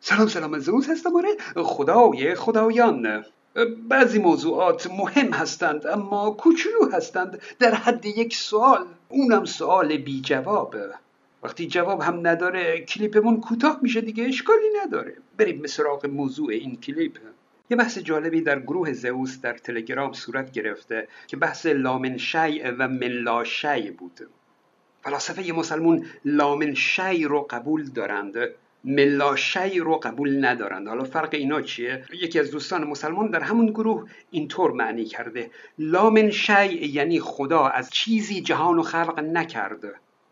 سلام زئوس هستم. آره، خدای خدایان. بعضی موضوعات مهم هستند اما کوچولو هستند، در حد یک سوال، اونم سوال بی جواب. وقتی جواب هم نداره کلیپمون کوتاه میشه دیگه، اشکالی نداره. بریم به سراغ موضوع این کلیپ. یه بحث جالبی در گروه زئوس در تلگرام صورت گرفته که بحث لامن شیء و من لا شیء بود. فلاسفه مسلمون لامن شیء رو قبول دارند، من لا شیء رو قبول ندارند. حالا فرق اینا چیه؟ یکی از دوستان مسلمان در همون گروه اینطور معنی کرده: لامن شیء یعنی خدا از چیزی جهان و خلق نکرد،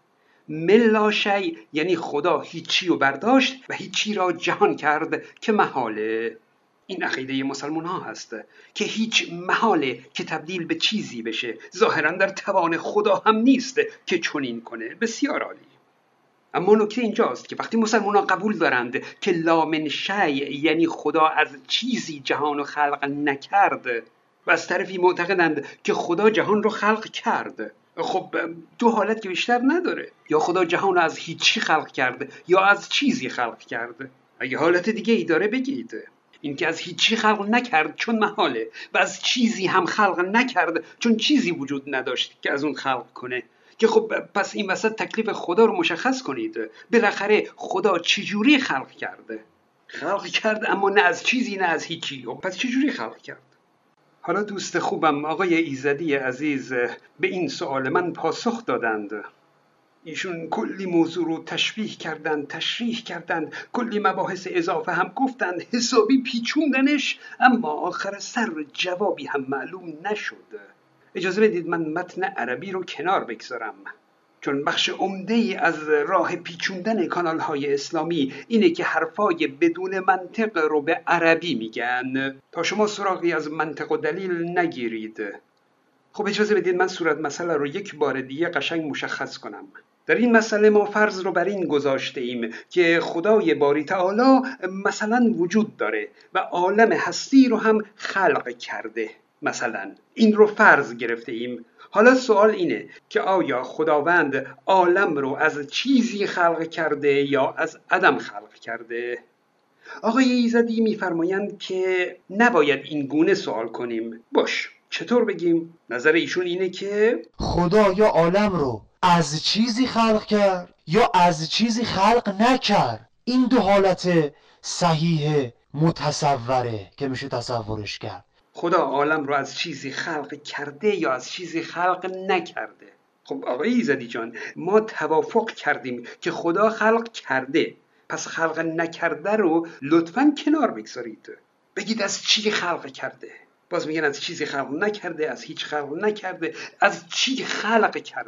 من لا شیء یعنی خدا هیچی رو برداشت و هیچی را جهان کرد که محاله. این عقیده مسلمان ها هست که هیچ محاله که تبدیل به چیزی بشه. ظاهرا در توان خدا هم نیست که چنین کنه. بسیار عالی. اما نکته اینجاست که وقتی مسلمان ها قبول دارند که لا من شیء یعنی خدا از چیزی جهان رو خلق نکرد و از طرفی معتقدند که خدا جهان رو خلق کرد، خب دو حالت که بیشتر نداره: یا خدا جهان رو از هیچی خلق کرد یا از چیزی خلق کرد. اگه حالت دیگه ای داره بگید. این که از هیچی خلق نکرد چون محاله و از چیزی هم خلق نکرد چون چیزی وجود نداشت که از اون خلق کنه، که خب پس این وسط تکلیف خدا رو مشخص کنید. بالاخره خدا چجوری خلق کرده؟ خلق کرد اما نه از چیزی نه از هیچی. پس چجوری خلق کرد؟ حالا دوست خوبم آقای ایزدی عزیز به این سوال من پاسخ دادند. ایشون کلی موضوع رو تشریح کردند، کلی مباحث اضافه هم گفتند، حسابی پیچوندنش، اما آخر سر جوابی هم معلوم نشد. اجازه بدید من متن عربی رو کنار بگذارم، چون بخش عمده‌ای از راه پیچوندن کانال‌های اسلامی اینه که حرفای بدون منطق رو به عربی میگن تا شما سراغی از منطق و دلیل نگیرید. خب اجازه بدید من صورت مسئله رو یک بار دیگه قشنگ مشخص کنم. در این مسئله ما فرض رو بر این گذاشته ایم که خدای باری تعالی مثلا وجود داره و عالم هستی رو هم خلق کرده. مثلا این رو فرض گرفته ایم. حالا سوال اینه که آیا خداوند عالم رو از چیزی خلق کرده یا از عدم خلق کرده؟ آقای ایزدی میفرمایند که نباید این گونه سوال کنیم. باش، چطور بگیم؟ نظر ایشون اینه که خدا یا عالم رو از چیزی خلق کرد یا از چیزی خلق نکرد. این دو حالت صحیح متصوره که میشه تصورش کرد. خدا عالم رو از چیزی خلق کرده یا از چیزی خلق نکرده. خب آقای ایزدی جان، ما توافق کردیم که خدا خلق کرده، پس خلق نکرده رو لطفاً کنار بگذارید. بگید از چی خلق کرده. باز میگن از چیزی خلق نکرده، از هیچ خلق نکرده، از چی خلق کرده.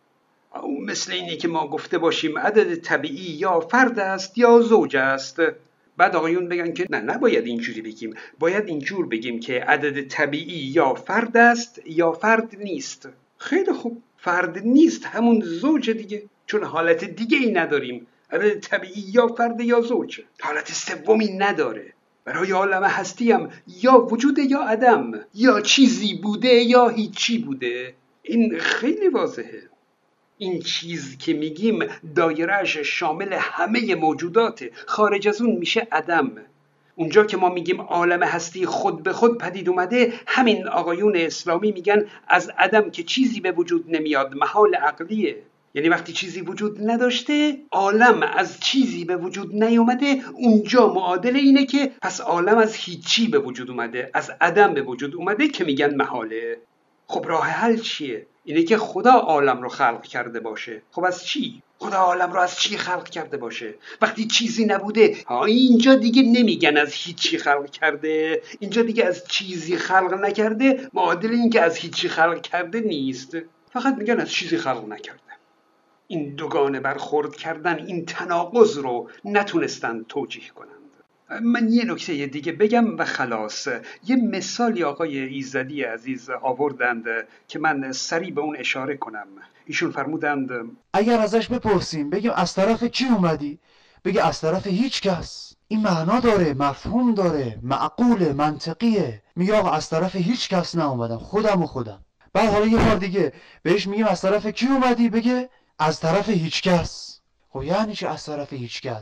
او مثل اینه که ما گفته باشیم عدد طبیعی یا فرد است یا زوج است. بعد آقایون بگن که نه، نباید اینجوری بگیم، باید اینجور بگیم که عدد طبیعی یا فرد است یا فرد نیست. خیلی خوب، فرد نیست همون زوج دیگه، چون حالت دیگه ای نداریم. عدد طبیعی یا فرد یا زوج، حالت سومی نداره. برای عالم هستی هم یا وجود یا عدم، یا چیزی بوده یا هیچی بوده. این خیلی واضحه. این چیز که میگیم دایرهش شامل همه موجودات، خارج از اون میشه عدم. اونجا که ما میگیم عالم هستی خود به خود پدید اومده، همین آقایون اسلامی میگن از عدم که چیزی به وجود نمیاد محال عقلیه. یعنی وقتی چیزی وجود نداشته، عالم از چیزی به وجود نیومده، اونجا معادل اینه که پس عالم از هیچی به وجود اومده، از عدم به وجود اومده، که میگن محاله. خب راه حل چیه؟ اینه که خدا عالم رو خلق کرده باشه. خب از چی؟ خدا عالم رو از چی خلق کرده باشه؟ وقتی چیزی نبوده، اینجا دیگه نمیگن از هیچی خلق کرده، اینجا دیگه از چیزی خلق نکرده معادل این که از هیچی خلق کرده نیست، فقط میگن از چیزی خلق نکرده. این دوگانه برخورد کردن، این تناقض رو نتونستن توجیه کنند. من یه نکته دیگه بگم و خلاص. یه مثالی آقای ایزدی عزیز آوردند که من سریع به اون اشاره کنم. ایشون فرمودند اگر ازش بپرسیم بگیم از طرف کی اومدی، بگه از طرف هیچ کس. این معنا داره، مفهوم داره، معقوله، منطقیه. میگه آقا از طرف هیچ کس ناومدم، خودم. بعد حالا یه بار دیگه بهش میگیم از طرف کی اومدی، بگه از طرف هیچ کس. خب یعنی چی از طرف هیچ کس؟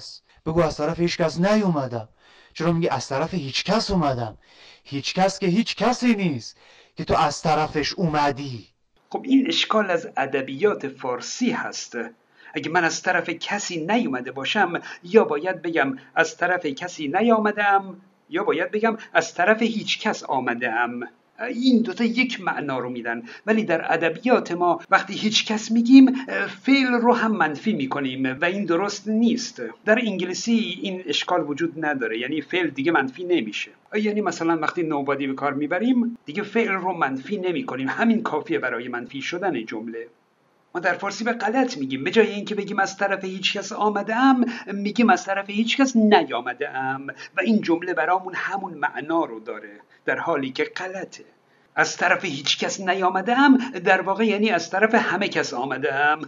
بگو از طرف هیچ کس نیومدم. چرا میگی از طرف هیچ کس اومدم؟ هیچ کس که هیچ کسی نیست که تو از طرفش اومدی. خب این اشکال از ادبیات فارسی هست. اگه من از طرف کسی نیومده باشم، یا باید بگم از طرف کسی نیامدم، یا باید بگم از طرف هیچ کس آمدم. این دوتا یک معنا رو میدن، ولی در ادبیات ما وقتی هیچ کس میگیم فعل رو هم منفی میکنیم و این درست نیست. در انگلیسی این اشکال وجود نداره، یعنی فعل دیگه منفی نمیشه. یعنی مثلا وقتی nobody به کار میبریم دیگه فعل رو منفی نمی کنیم، همین کافیه برای منفی شدن جمله. ما در فارسی به غلط میگیم، به جای اینکه بگیم از طرف هیچ کس آمدم میگیم از طرف هیچ کس نیامدم و این جمله برامون همون معنا رو داره، در حالی که غلطه. از طرف هیچ کس نیامدم در واقع یعنی از طرف همه کس آمدم.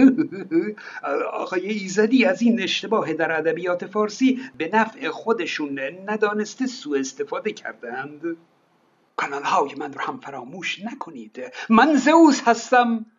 آقای ایزدی از این اشتباه در ادبیات فارسی به نفع خودشون ندانسته سوء استفاده کردند. کانال های من رو هم فراموش نکنید. من زئوس هستم.